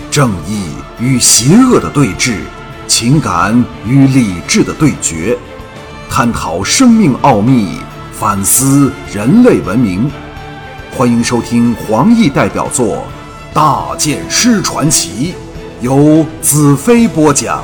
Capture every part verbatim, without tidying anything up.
正义与邪恶的对峙，情感与理智的对决，探讨生命奥秘，反思人类文明。欢迎收听黄奕代表作《大剑师传奇》，由子飞播讲。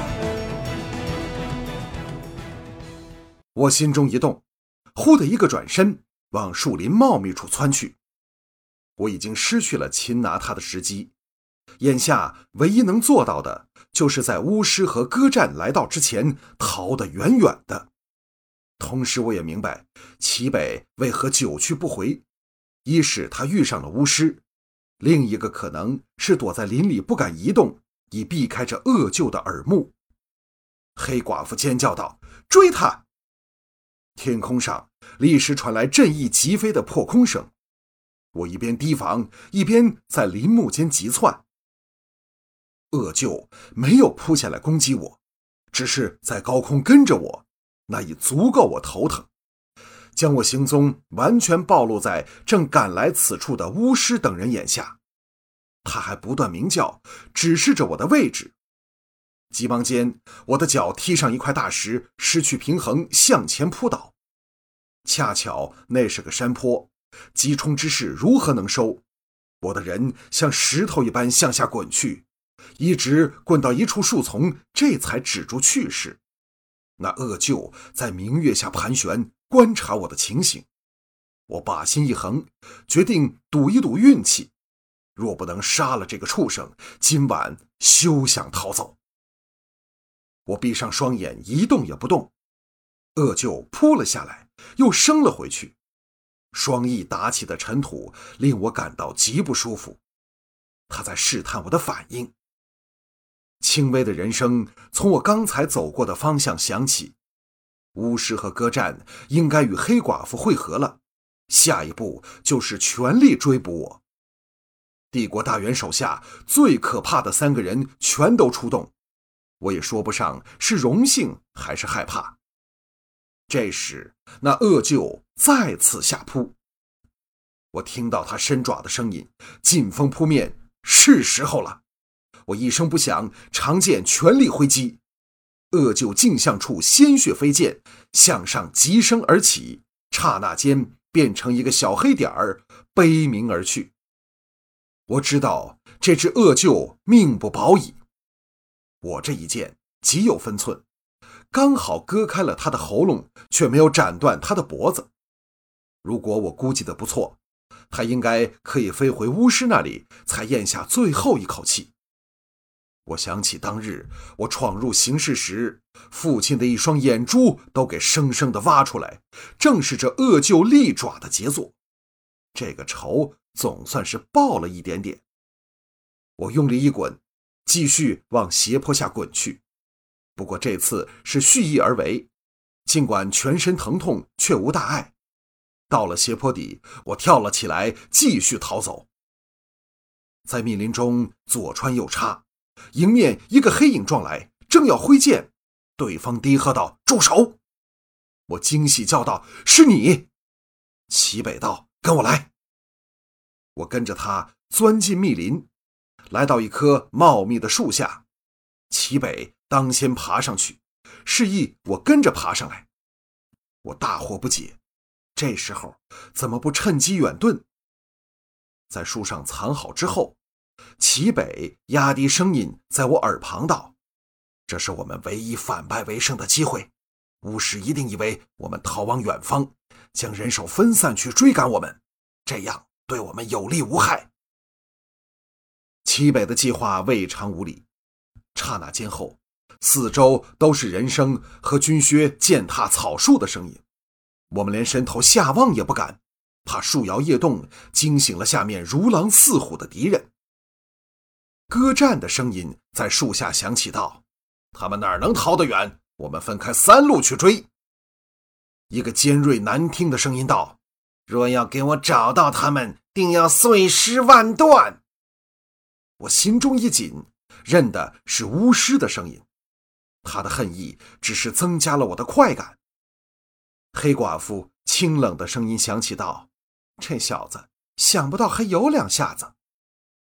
我心中一动，忽的一个转身，往树林茂密处窜去。我已经失去了擒拿他的时机，眼下唯一能做到的，就是在巫师和歌战来到之前逃得远远的。同时我也明白齐北为何久去不回，一是他遇上了巫师，另一个可能是躲在林里不敢移动，以避开这恶鹫的耳目。黑寡妇尖叫道：“追他！”天空上立时传来振翼疾飞的破空声，我一边提防，一边在林木间急窜。恶鹫没有扑下来攻击我，只是在高空跟着我，那已足够我头疼，将我行踪完全暴露在正赶来此处的巫师等人眼下。他还不断鸣叫，指示着我的位置。急忙间，我的脚踢上一块大石，失去平衡，向前扑倒。恰巧那是个山坡，急冲之势如何能收？我的人像石头一般向下滚去，一直滚到一处树丛，这才止住去势。那恶鹫在明月下盘旋，观察我的情形。我把心一横，决定赌一赌运气，若不能杀了这个畜生，今晚休想逃走。我闭上双眼，一动也不动。恶鹫扑了下来，又升了回去。双翼打起的尘土令我感到极不舒服，他在试探我的反应。轻微的人声从我刚才走过的方向响起，巫师和歌战应该与黑寡妇会合了，下一步就是全力追捕我。帝国大元手下最可怕的三个人全都出动，我也说不上是荣幸还是害怕。这时那恶鹫再次下扑，我听到他伸爪的声音，劲风扑面，是时候了。我一声不响，长剑全力挥击，恶鹫颈项处鲜血飞溅，向上急升而起，刹那间变成一个小黑点儿，悲鸣而去。我知道这只恶鹫命不保矣，我这一剑极有分寸，刚好割开了他的喉咙，却没有斩断他的脖子。如果我估计的不错，他应该可以飞回巫师那里，才咽下最后一口气。我想起当日我闯入刑室时，父亲的一双眼珠都给生生的挖出来，正是这恶鹫利爪的杰作。这个仇总算是报了一点点。我用力一滚，继续往斜坡下滚去。不过这次是蓄意而为，尽管全身疼痛，却无大碍。到了斜坡底，我跳了起来，继续逃走。在密林中左穿右插，迎面一个黑影撞来，正要挥剑，对方低喝道：“住手！”我惊喜叫道：“是你！”齐北道：“跟我来。”我跟着他钻进密林，来到一棵茂密的树下，齐北当先爬上去，示意我跟着爬上来。我大惑不解，这时候怎么不趁机远遁？在树上藏好之后，齐北压低声音在我耳旁道：“这是我们唯一反败为胜的机会，巫师一定以为我们逃往远方，将人手分散去追赶我们，这样对我们有利无害。”齐北的计划未尝无理，刹那间后，四周都是人声和军靴践踏草树的声音，我们连伸头下望也不敢，怕树摇叶动，惊醒了下面如狼似虎的敌人。歌战的声音在树下响起道：“他们哪能逃得远？我们分开三路去追。”一个尖锐难听的声音道：“若要给我找到他们，定要碎尸万段。”我心中一紧，认的是巫师的声音，他的恨意只是增加了我的快感。黑寡妇清冷的声音响起道：“这小子想不到还有两下子。”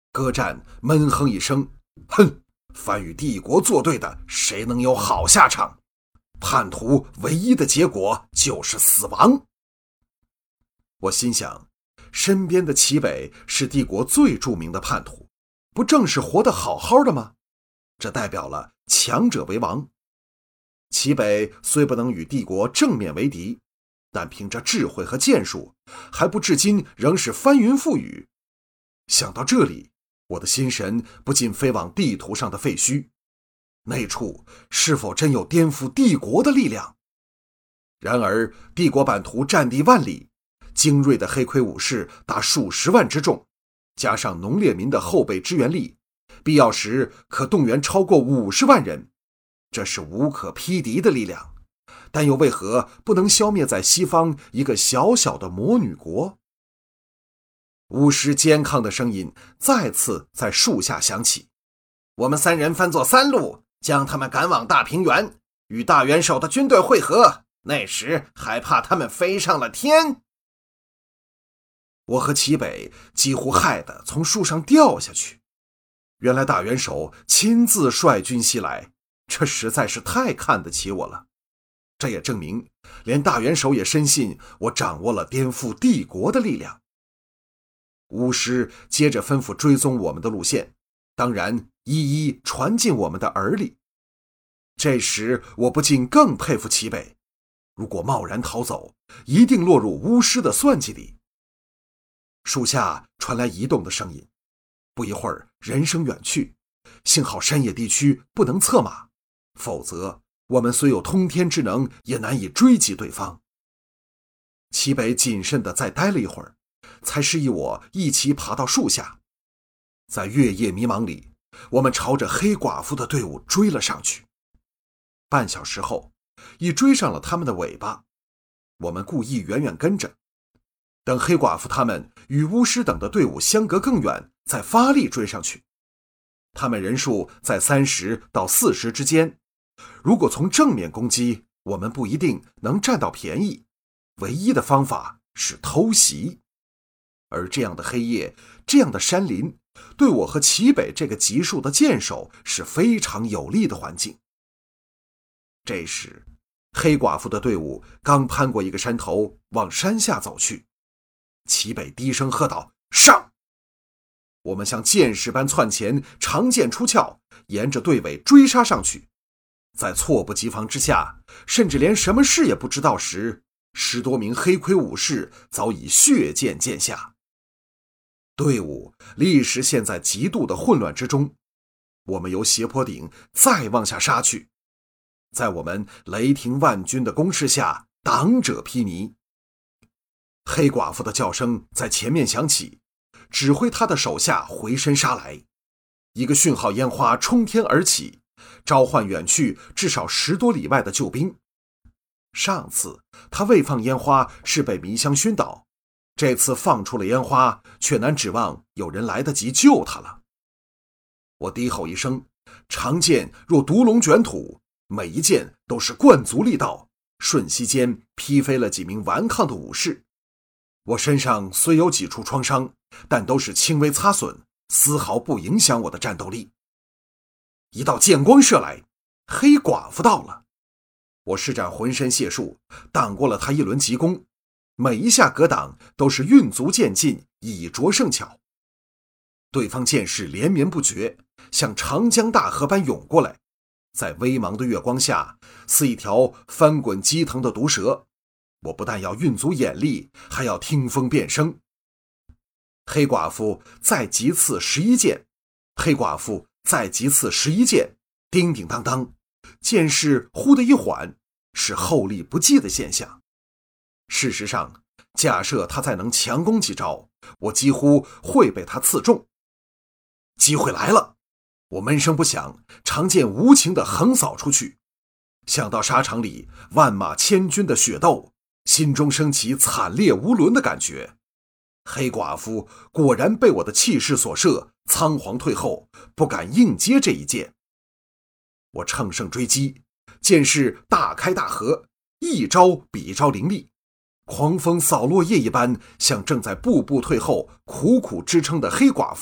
歌战闷哼一声，哼，凡与帝国作对的，谁能有好下场？叛徒唯一的结果就是死亡。我心想，身边的齐北是帝国最著名的叛徒，不正是活得好好的吗？这代表了强者为王。齐北虽不能与帝国正面为敌，但凭着智慧和剑术，还不至今仍是翻云覆雨。想到这里，我的心神不禁飞往地图上的废墟，那处是否真有颠覆帝国的力量？然而帝国版图占地万里，精锐的黑盔武士达数十万之众，加上农猎民的后备支援力，必要时可动员超过五十万人，这是无可匹敌的力量。但又为何不能消灭在西方一个小小的魔女国？巫师坚抗的声音再次在树下响起，我们三人分作三路，将他们赶往大平原，与大元首的军队会合，那时还怕他们飞上了天？我和齐北几乎害得从树上掉下去。原来大元首亲自率军西来，这实在是太看得起我了。这也证明连大元首也深信我掌握了颠覆帝国的力量。巫师接着吩咐追踪我们的路线，当然一一传进我们的耳里。这时我不禁更佩服齐北，如果贸然逃走，一定落入巫师的算计里。树下传来移动的声音，不一会儿人声远去，幸好山野地区不能策马，否则我们虽有通天之能，也难以追击对方。齐北谨慎地再待了一会儿，才示意我一起爬到树下。在月夜迷茫里，我们朝着黑寡妇的队伍追了上去。半小时后，已追上了他们的尾巴。我们故意远远跟着，等黑寡妇他们与巫师等的队伍相隔更远，再发力追上去。他们人数在三十到四十之间，如果从正面攻击，我们不一定能占到便宜，唯一的方法是偷袭。而这样的黑夜，这样的山林，对我和齐北这个级数的剑手是非常有利的环境。这时黑寡妇的队伍刚攀过一个山头，往山下走去。齐北低声喝道：上！我们像箭矢般窜前，长剑出鞘，沿着队尾追杀上去。在猝不及防之下，甚至连什么事也不知道时，十多名黑盔武士早已血溅剑下。队伍立时陷在极度的混乱之中。我们由斜坡顶再往下杀去，在我们雷霆万钧的攻势下，挡者披靡。黑寡妇的叫声在前面响起，指挥他的手下回身杀来。一个讯号烟花冲天而起，召唤远去至少十多里外的救兵。上次他未放烟花是被迷香熏倒，这次放出了烟花，却难指望有人来得及救他了。我低吼一声，长剑若毒龙卷土，每一剑都是灌足力道，瞬息间劈飞了几名顽抗的武士。我身上虽有几处创伤，但都是轻微擦损，丝毫不影响我的战斗力。一道剑光射来，黑寡妇到了。我施展浑身解数，挡过了他一轮急攻，每一下格挡都是运足剑劲，以拙胜巧。对方剑士连绵不绝，像长江大河般涌过来，在微茫的月光下，似一条翻滚激腾的毒蛇。我不但要运足眼力，还要听风辨声。黑寡妇再击刺十一剑，黑寡妇再击刺十一剑，叮叮当当，剑势忽的一缓，是后力不济的现象。事实上，假设他再能强攻几招，我几乎会被他刺中。机会来了，我闷声不响，长剑无情地横扫出去。想到沙场里万马千军的血斗，心中升起惨烈无伦的感觉。黑寡妇果然被我的气势所慑，仓皇退后，不敢硬接这一剑。我乘胜追击，剑势大开大合，一招比一招凌厉，狂风扫落叶一般，向正在步步退后苦苦支撑的黑寡妇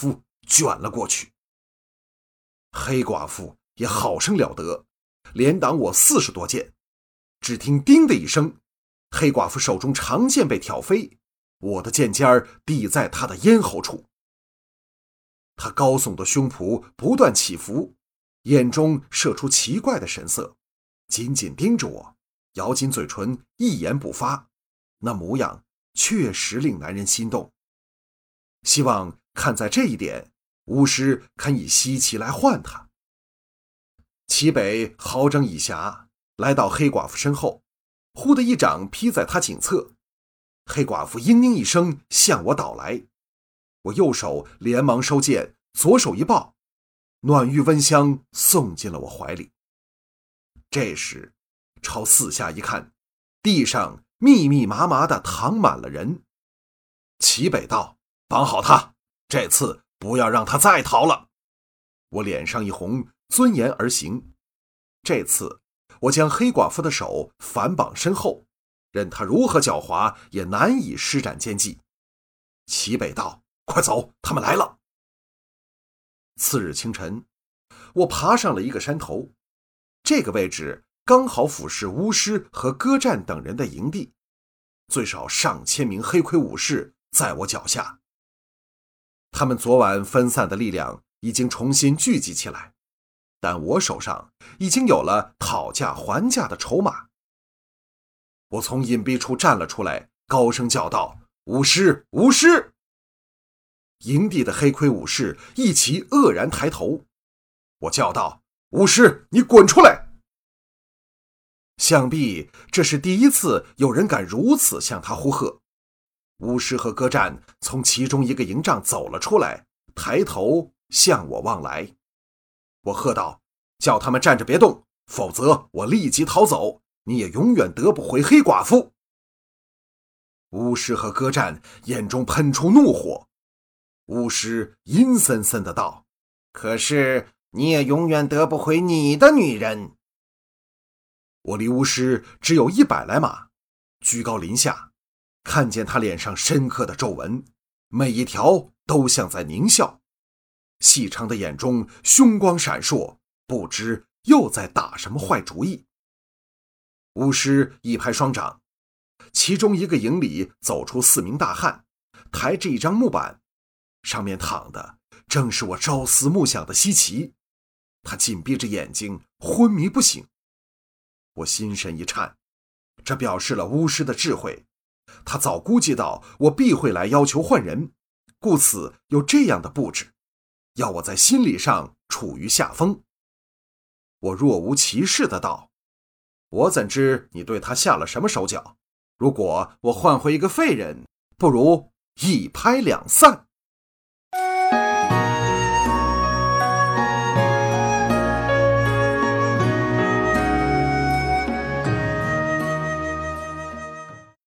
卷了过去。黑寡妇也好生了得，连挡我四十多剑。只听叮的一声，黑寡妇手中长剑被挑飞，我的剑尖儿抵在她的咽喉处。她高耸的胸脯不断起伏，眼中射出奇怪的神色，紧紧盯着我，咬紧嘴唇，一言不发，那模样确实令男人心动。希望看在这一点，巫师堪以西岐来换他。齐北好整以暇，来到黑寡妇身后，忽的一掌劈在她颈侧，黑寡妇嘤嘤一声向我倒来。我右手连忙收剑，左手一抱，暖玉温香送进了我怀里。这时朝四下一看，地上密密麻麻的躺满了人。齐北道：绑好他，这次不要让他再逃了。我脸上一红，遵言而行。这次我将黑寡妇的手反绑身后，任他如何狡猾，也难以施展奸计。齐北道：快走，他们来了。次日清晨，我爬上了一个山头，这个位置刚好俯视巫师和歌战等人的营地，最少上千名黑盔武士在我脚下。他们昨晚分散的力量已经重新聚集起来，但我手上已经有了讨价还价的筹码。我从隐蔽处站了出来，高声叫道：巫师，巫师！营地的黑盔武士一齐愕然抬头。我叫道：巫师，你滚出来！想必这是第一次有人敢如此向他呼喝。巫师和歌战从其中一个营帐走了出来，抬头向我望来。我喝道：叫他们站着别动，否则我立即逃走，你也永远得不回黑寡妇。巫师和歌战眼中喷出怒火。巫师阴森森的道：可是你也永远得不回你的女人。我离巫师只有一百来码，居高临下，看见他脸上深刻的皱纹，每一条都像在狞笑，细长的眼中凶光闪烁，不知又在打什么坏主意。巫师一拍双掌，其中一个营里走出四名大汉，抬着一张木板，上面躺的正是我朝思暮想的西岐。他紧闭着眼睛，昏迷不醒。我心神一颤，这表示了巫师的智慧，他早估计到我必会来要求换人，故此有这样的布置，要我在心理上处于下风。我若无其事的道：我怎知你对他下了什么手脚？如果我换回一个废人，不如一拍两散。